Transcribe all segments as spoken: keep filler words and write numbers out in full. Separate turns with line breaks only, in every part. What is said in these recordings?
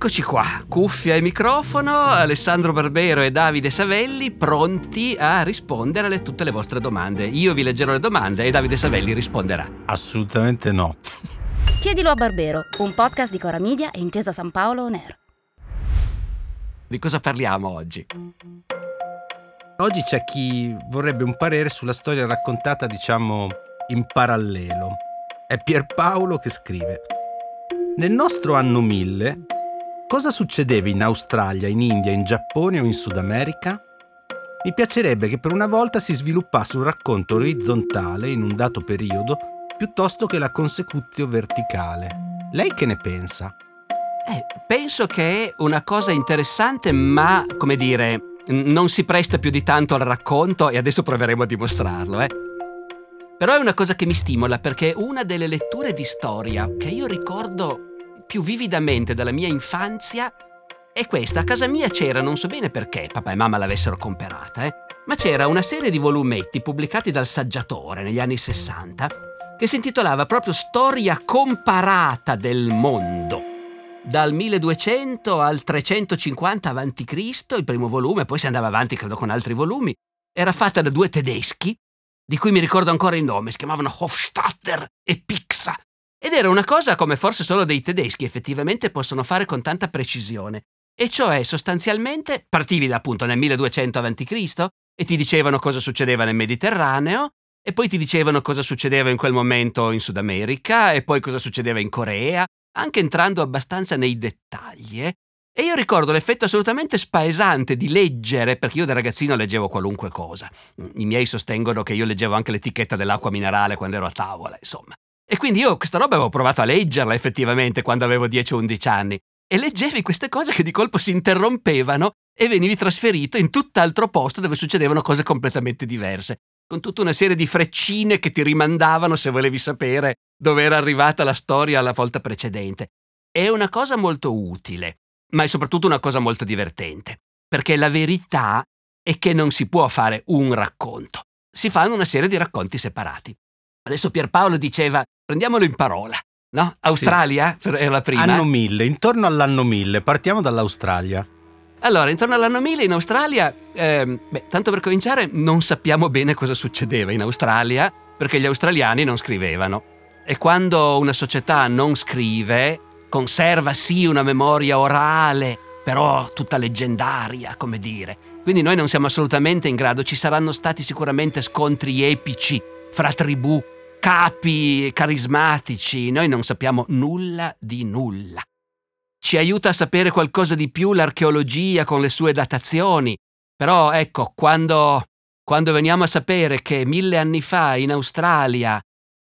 Eccoci qua, cuffia e microfono, Alessandro Barbero e Davide Savelli pronti a rispondere a tutte le vostre domande. Io vi leggerò le domande e Davide Savelli risponderà.
Assolutamente no.
Chiedilo a Barbero, un podcast di Cora Media e Intesa San Paolo On Air.
Di cosa parliamo oggi?
Oggi c'è chi vorrebbe un parere sulla storia raccontata, diciamo, in parallelo. È Pierpaolo che scrive: nel nostro anno mille, cosa succedeva in Australia, in India, in Giappone o in Sud America? Mi piacerebbe che per una volta si sviluppasse un racconto orizzontale in un dato periodo piuttosto che la consecutio verticale. Lei che ne pensa?
Eh, penso che è una cosa interessante, ma, come dire, non si presta più di tanto al racconto e adesso proveremo a dimostrarlo, eh. Però è una cosa che mi stimola, perché una delle letture di storia che io ricordo più vividamente dalla mia infanzia è questa. A casa mia c'era, non so bene perché papà e mamma l'avessero comperata, eh, ma c'era una serie di volumetti pubblicati dal Saggiatore negli anni sessanta che si intitolava proprio Storia comparata del mondo. Dal milleduecento al trecentocinquanta avanti Cristo, il primo volume, poi si andava avanti credo con altri volumi, era fatta da due tedeschi, di cui mi ricordo ancora il nome, si chiamavano Hofstadter e Pixa. Ed era una cosa come forse solo dei tedeschi effettivamente possono fare con tanta precisione. E cioè, sostanzialmente, partivi da appunto nel milleduecento avanti Cristo e ti dicevano cosa succedeva nel Mediterraneo, e poi ti dicevano cosa succedeva in quel momento in Sud America, e poi cosa succedeva in Corea, anche entrando abbastanza nei dettagli, eh. E io ricordo l'effetto assolutamente spaesante di leggere, perché io da ragazzino leggevo qualunque cosa. I miei sostengono che io leggevo anche l'etichetta dell'acqua minerale quando ero a tavola, insomma. E quindi io questa roba avevo provato a leggerla effettivamente quando avevo dieci o undici anni. E leggevi queste cose che di colpo si interrompevano e venivi trasferito in tutt'altro posto dove succedevano cose completamente diverse, con tutta una serie di freccine che ti rimandavano se volevi sapere dove era arrivata la storia alla volta precedente. È una cosa molto utile, ma è soprattutto una cosa molto divertente, perché la verità è che non si può fare un racconto, si fanno una serie di racconti separati. Adesso Pierpaolo diceva, prendiamolo in parola, no? Australia sì. Era la prima.
Anno mille, intorno all'anno mille, partiamo dall'Australia.
Allora, intorno all'anno mille in Australia, eh, beh, tanto per cominciare, non sappiamo bene cosa succedeva in Australia, perché gli australiani non scrivevano. E quando una società non scrive, conserva sì una memoria orale, però tutta leggendaria, come dire. Quindi noi non siamo assolutamente in grado, ci saranno stati sicuramente scontri epici fra tribù, capi carismatici, noi non sappiamo nulla di nulla. Ci aiuta a sapere qualcosa di più l'archeologia con le sue datazioni, però ecco, quando, quando veniamo a sapere che mille anni fa in Australia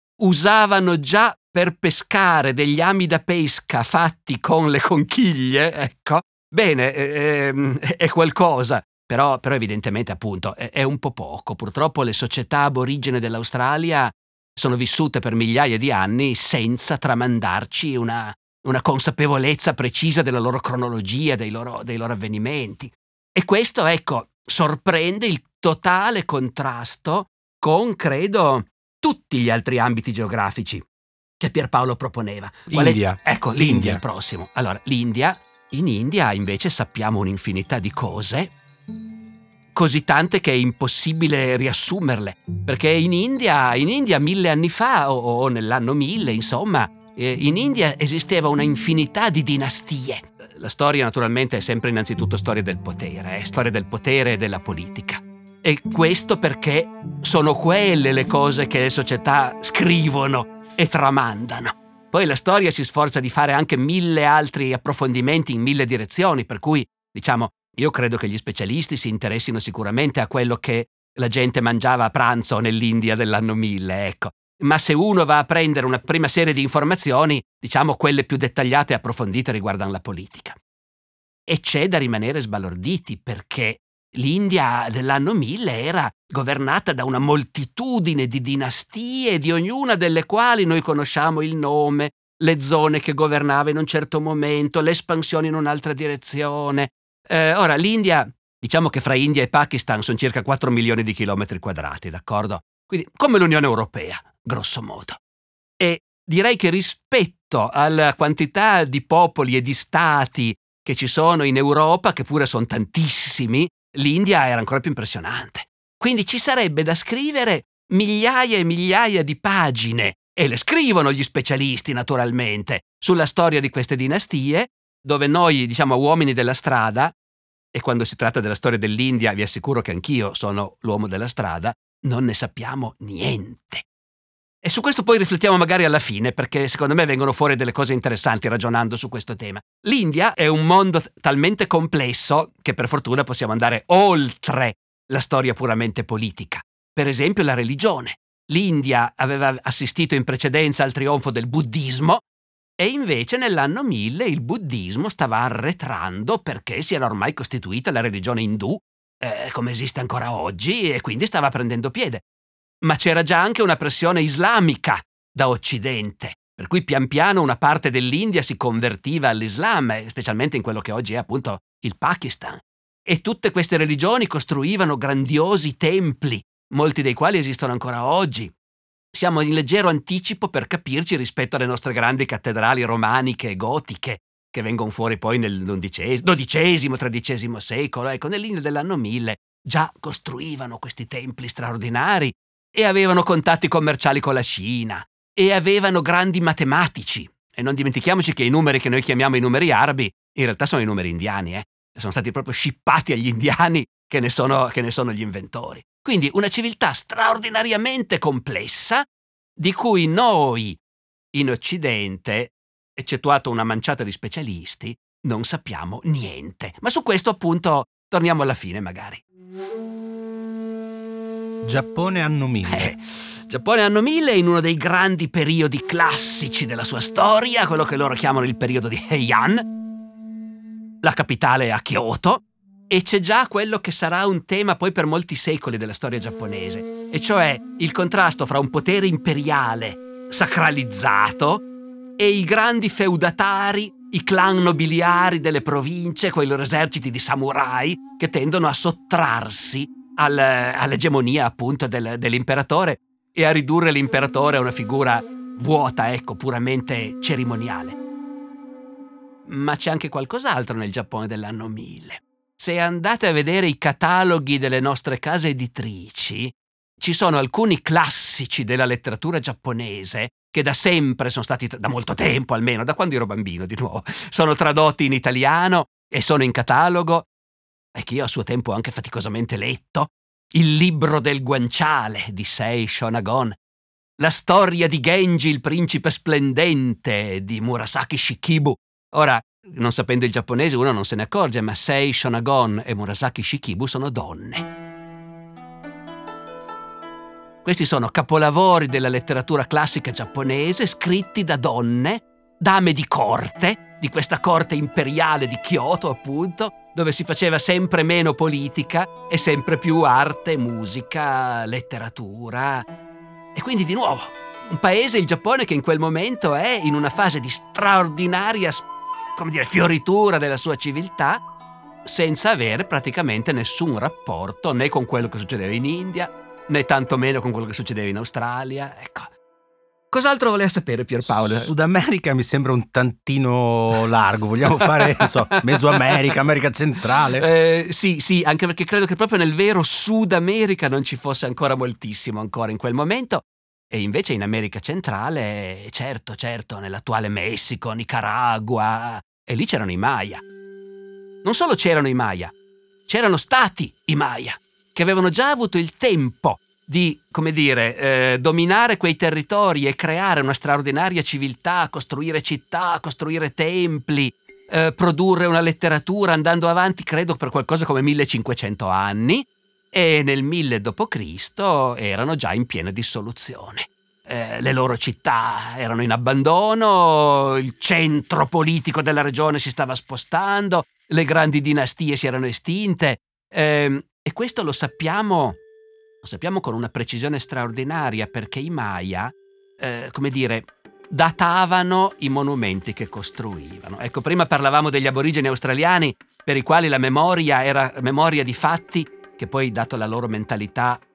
usavano già per pescare degli ami da pesca fatti con le conchiglie, ecco, bene, eh, è qualcosa, però, però evidentemente appunto è, è un po' poco. Purtroppo le società aborigene dell'Australia sono vissute per migliaia di anni senza tramandarci una, una consapevolezza precisa della loro cronologia, dei loro, dei loro avvenimenti. E questo, ecco, sorprende il totale contrasto con, credo, tutti gli altri ambiti geografici che Pierpaolo proponeva.
India.
È? Ecco, l'India, l'India, il prossimo. Allora, l'India, in India invece sappiamo un'infinità di cose, così tante che è impossibile riassumerle, perché in India, in India mille anni fa, o, o nell'anno mille, insomma, eh, in India esisteva una infinità di dinastie. La storia naturalmente è sempre innanzitutto storia del potere, è storia del potere e della politica. E questo perché sono quelle le cose che le società scrivono e tramandano. Poi la storia si sforza di fare anche mille altri approfondimenti in mille direzioni, per cui, diciamo, io credo che gli specialisti si interessino sicuramente a quello che la gente mangiava a pranzo nell'India dell'anno mille, ecco. Ma se uno va a prendere una prima serie di informazioni, diciamo quelle più dettagliate e approfondite riguardano la politica. E c'è da rimanere sbalorditi, perché l'India dell'anno mille era governata da una moltitudine di dinastie, di ognuna delle quali noi conosciamo il nome, le zone che governava in un certo momento, le espansioni in un'altra direzione. Eh, ora, l'India, diciamo che fra India e Pakistan sono circa quattro milioni di chilometri quadrati, d'accordo? Quindi come l'Unione Europea, grosso modo. E direi che rispetto alla quantità di popoli e di stati che ci sono in Europa, che pure sono tantissimi, l'India era ancora più impressionante. Quindi ci sarebbe da scrivere migliaia e migliaia di pagine, e le scrivono gli specialisti naturalmente, sulla storia di queste dinastie, dove noi, diciamo, uomini della strada, e quando si tratta della storia dell'India vi assicuro che anch'io sono l'uomo della strada, non ne sappiamo niente. E su questo poi riflettiamo magari alla fine, perché secondo me vengono fuori delle cose interessanti ragionando su questo tema. L'India è un mondo t- talmente complesso che per fortuna possiamo andare oltre la storia puramente politica. Per esempio la religione. L'India aveva assistito in precedenza al trionfo del buddismo e invece nell'anno mille il buddismo stava arretrando perché si era ormai costituita la religione indù, eh, come esiste ancora oggi, e quindi stava prendendo piede. Ma c'era già anche una pressione islamica da Occidente, per cui pian piano una parte dell'India si convertiva all'Islam, specialmente in quello che oggi è appunto il Pakistan. E tutte queste religioni costruivano grandiosi templi, molti dei quali esistono ancora oggi. Siamo in leggero anticipo, per capirci, rispetto alle nostre grandi cattedrali romaniche e gotiche, che vengono fuori poi nel dodicesimo, tredicesimo secolo. Ecco, nell'India dell'anno mille già costruivano questi templi straordinari e avevano contatti commerciali con la Cina e avevano grandi matematici. E non dimentichiamoci che i numeri che noi chiamiamo i numeri arabi in realtà sono i numeri indiani, eh? Sono stati proprio scippati agli indiani che ne sono, che ne sono gli inventori. Quindi una civiltà straordinariamente complessa di cui noi in Occidente, eccettuato una manciata di specialisti, non sappiamo niente. Ma su questo appunto torniamo alla fine magari.
Giappone anno mille.
Eh, Giappone anno mille in uno dei grandi periodi classici della sua storia, quello che loro chiamano il periodo di Heian. La capitale è a Kyoto. E c'è già quello che sarà un tema poi per molti secoli della storia giapponese, e cioè il contrasto fra un potere imperiale sacralizzato e i grandi feudatari, i clan nobiliari delle province, quei loro eserciti di samurai che tendono a sottrarsi al, all'egemonia appunto del, dell'imperatore e a ridurre l'imperatore a una figura vuota, ecco, puramente cerimoniale. Ma c'è anche qualcos'altro nel Giappone dell'anno mille. Se andate a vedere i cataloghi delle nostre case editrici, ci sono alcuni classici della letteratura giapponese che da sempre sono stati, da molto tempo almeno, da quando ero bambino di nuovo, sono tradotti in italiano e sono in catalogo, e che io a suo tempo ho anche faticosamente letto. Il libro del guanciale di Sei Shonagon, la storia di Genji, il principe splendente di Murasaki Shikibu. Ora, non sapendo il giapponese uno non se ne accorge, ma Sei Shonagon e Murasaki Shikibu sono donne. Questi sono capolavori della letteratura classica giapponese scritti da donne, dame di corte, di questa corte imperiale di Kyoto appunto, dove si faceva sempre meno politica e sempre più arte, musica, letteratura. E quindi di nuovo, un paese, il Giappone, che in quel momento è in una fase di straordinaria, come dire, fioritura della sua civiltà, senza avere praticamente nessun rapporto né con quello che succedeva in India, né tantomeno con quello che succedeva in Australia. Ecco. Cos'altro voleva sapere Pierpaolo?
Sud America mi sembra un tantino largo. Vogliamo fare, non so, Mesoamerica, America centrale?
Eh, sì, sì, anche perché credo che proprio nel vero Sud America non ci fosse ancora moltissimo ancora in quel momento. E invece in America centrale, certo, certo, nell'attuale Messico, Nicaragua, e lì c'erano i Maya. Non solo c'erano i Maya, c'erano stati i Maya, che avevano già avuto il tempo di, come dire, eh, dominare quei territori e creare una straordinaria civiltà, costruire città, costruire templi, eh, produrre una letteratura, andando avanti, credo, per qualcosa come millecinquecento anni, e nel mille dopo Cristo erano già in piena dissoluzione. Eh, le loro città erano in abbandono, il centro politico della regione si stava spostando, le grandi dinastie si erano estinte, eh, e questo lo sappiamo, lo sappiamo con una precisione straordinaria, perché i Maya, eh, come dire, datavano i monumenti che costruivano. Ecco, prima parlavamo degli aborigeni australiani, per i quali la memoria era memoria di fatti che poi, dato la loro mentalità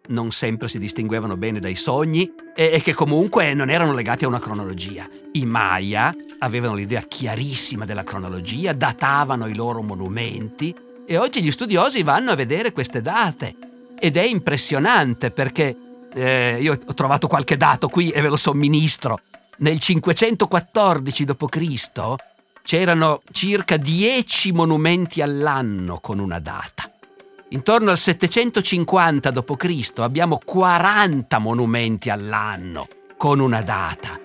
non sempre si distinguevano bene dai sogni e, e che comunque non erano legati a una cronologia. I Maya avevano l'idea chiarissima della cronologia, datavano i loro monumenti e oggi gli studiosi vanno a vedere queste date ed è impressionante perché eh, io ho trovato qualche dato qui e ve lo somministro. Nel cinquecentoquattordici dopo Cristo c'erano circa dieci monumenti all'anno con una data. Intorno al settecentocinquanta dopo Cristo abbiamo quaranta monumenti all'anno con una data.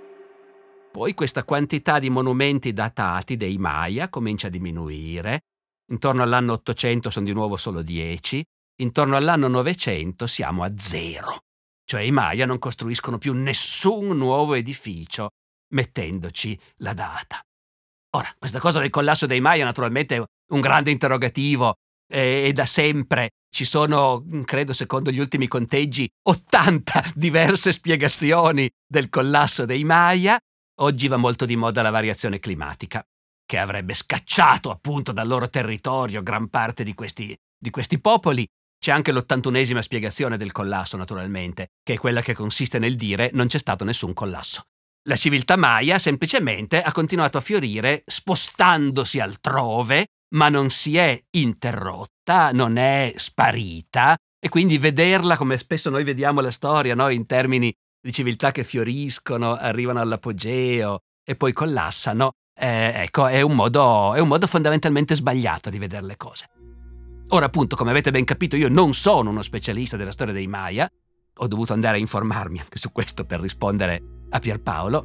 Poi questa quantità di monumenti datati dei Maya comincia a diminuire. Intorno all'anno ottocento sono di nuovo solo dieci. Intorno all'anno novecento siamo a zero. Cioè i Maya non costruiscono più nessun nuovo edificio mettendoci la data. Ora, questa cosa del collasso dei Maya naturalmente è un grande interrogativo e, e da sempre ci sono, credo secondo gli ultimi conteggi, ottanta diverse spiegazioni del collasso dei Maya. Oggi va molto di moda la variazione climatica, che avrebbe scacciato appunto dal loro territorio gran parte di questi, di questi popoli. C'è anche l'ottantunesima spiegazione del collasso, naturalmente, che è quella che consiste nel dire non c'è stato nessun collasso. La civiltà Maya semplicemente ha continuato a fiorire spostandosi altrove, ma non si è interrotta, non è sparita, e quindi vederla come spesso noi vediamo la storia, no? In termini di civiltà che fioriscono, arrivano all'apogeo e poi collassano, eh, ecco, è un modo, è un modo fondamentalmente sbagliato di vedere le cose. Ora, appunto, come avete ben capito, io non sono uno specialista della storia dei Maya, ho dovuto andare a informarmi anche su questo per rispondere a Pierpaolo,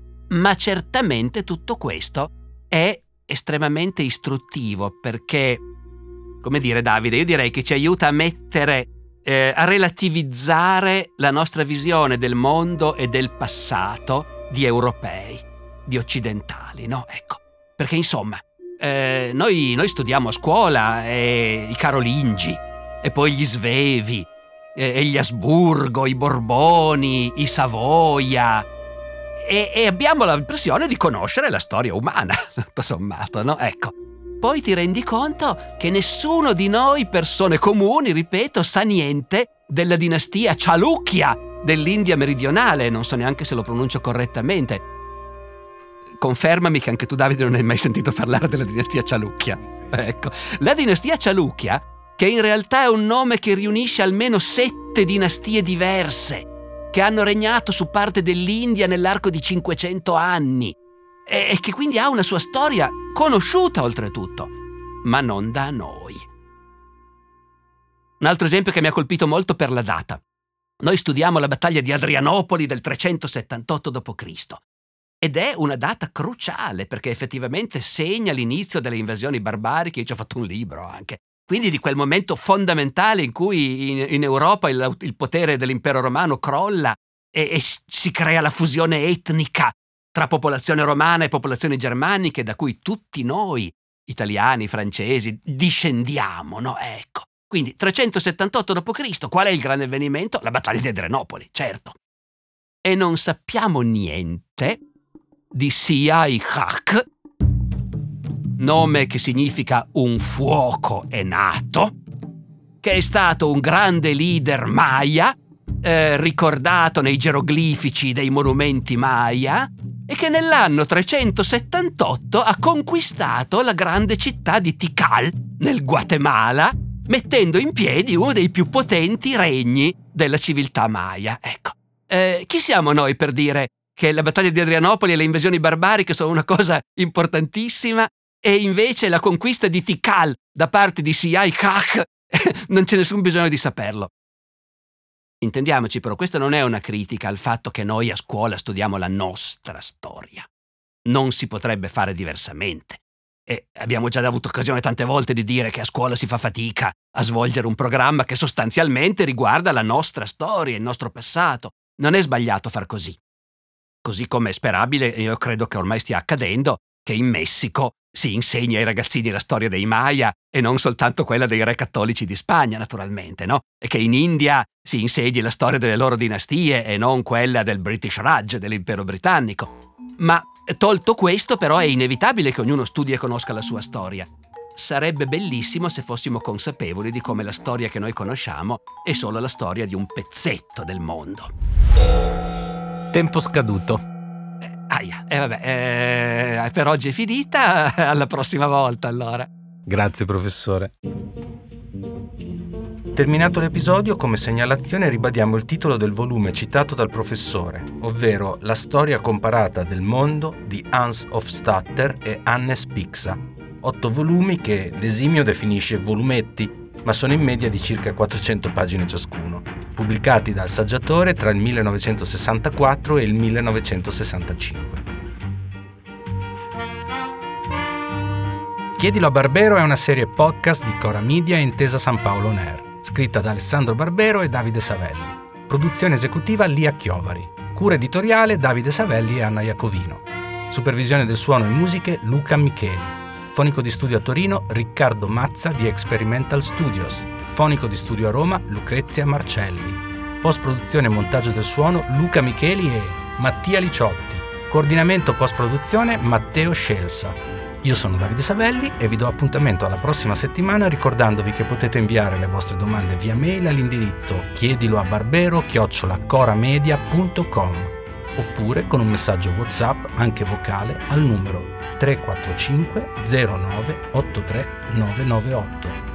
ma certamente tutto questo è estremamente istruttivo perché, come dire, Davide, io direi che ci aiuta a mettere, eh, a relativizzare la nostra visione del mondo e del passato di europei, di occidentali, no? Ecco, perché insomma, eh, noi, noi studiamo a scuola eh, i Carolingi e poi gli Svevi, e gli Asburgo, i Borboni, i Savoia e, e abbiamo l'impressione di conoscere la storia umana, tutto sommato, no? Ecco. Poi ti rendi conto che nessuno di noi, persone comuni, ripeto, sa niente della dinastia Cialukya dell'India meridionale, non so neanche se lo pronuncio correttamente. Confermami che anche tu, Davide, non hai mai sentito parlare della dinastia Cialukya. Ecco, la dinastia Cialukya, che in realtà è un nome che riunisce almeno sette dinastie diverse, che hanno regnato su parte dell'India nell'arco di cinquecento anni, e, e che quindi ha una sua storia conosciuta oltretutto, ma non da noi. Un altro esempio che mi ha colpito molto per la data. Noi studiamo la battaglia di Adrianopoli del trecentosettantotto dopo Cristo. Ed è una data cruciale perché effettivamente segna l'inizio delle invasioni barbariche. Io ci ho fatto un libro anche. Quindi di quel momento fondamentale in cui in, in Europa il, il potere dell'impero romano crolla e, e si crea la fusione etnica tra popolazione romana e popolazioni germaniche da cui tutti noi, italiani, francesi, discendiamo, no? Ecco. Quindi trecentosettantotto dopo Cristo, qual è il grande avvenimento? La battaglia di Adrianopoli, certo. E non sappiamo niente di Siai-Hak, nome che significa un fuoco è nato, che è stato un grande leader Maya, eh, ricordato nei geroglifici dei monumenti Maya, e che nell'anno trecentosettantotto ha conquistato la grande città di Tikal, nel Guatemala, mettendo in piedi uno dei più potenti regni della civiltà Maya. Ecco, eh, chi siamo noi per dire che la battaglia di Adrianopoli e le invasioni barbariche sono una cosa importantissima e invece la conquista di Tikal da parte di Siai-Hak non c'è nessun bisogno di saperlo. Intendiamoci però, questa non è una critica al fatto che noi a scuola studiamo la nostra storia. Non si potrebbe fare diversamente. E abbiamo già avuto occasione tante volte di dire che a scuola si fa fatica a svolgere un programma che sostanzialmente riguarda la nostra storia, il nostro passato. Non è sbagliato far così. Così come è sperabile, io credo che ormai stia accadendo, che in Messico si insegni ai ragazzini la storia dei Maya e non soltanto quella dei re cattolici di Spagna, naturalmente, no? E che in India si insegni la storia delle loro dinastie e non quella del British Raj, dell'impero britannico. Ma tolto questo, però, è inevitabile che ognuno studi e conosca la sua storia. sarebbe bellissimo se fossimo consapevoli di come la storia che noi conosciamo è solo la storia di un pezzetto del mondo.
Tempo scaduto.
Eh, aia, e eh, vabbè, eh, per oggi è finita, alla prossima volta allora.
Grazie professore. Terminato l'episodio, come segnalazione ribadiamo il titolo del volume citato dal professore, ovvero La storia comparata del mondo di Hans Hofstadter e Hannes Pixa. Otto volumi che l'esimio definisce volumetti, ma sono in media di circa quattrocento pagine ciascuno, pubblicati dal saggiatore tra il millenovecentosessantaquattro e il millenovecentosessantacinque. Chiedilo a Barbero è una serie podcast di Cora Media e Intesa San Paolo On Air, scritta da Alessandro Barbero e Davide Savelli. Produzione esecutiva Lia Chiovari. Cura editoriale Davide Savelli e Anna Iacovino. Supervisione del suono e musiche Luca Micheli. Fonico di studio a Torino Riccardo Mazza di Experimental Studios. Fonico di studio a Roma Lucrezia Marcelli. Post-produzione e montaggio del suono Luca Micheli e Mattia Liciotti. Coordinamento post-produzione Matteo Scelsa. Io sono Davide Savelli e vi do appuntamento alla prossima settimana ricordandovi che potete inviare le vostre domande via mail all'indirizzo chiedilo a barbero chiocciola coramedia punto com oppure con un messaggio WhatsApp, anche vocale, al numero tre quattro cinque zero nove otto tre nove nove otto.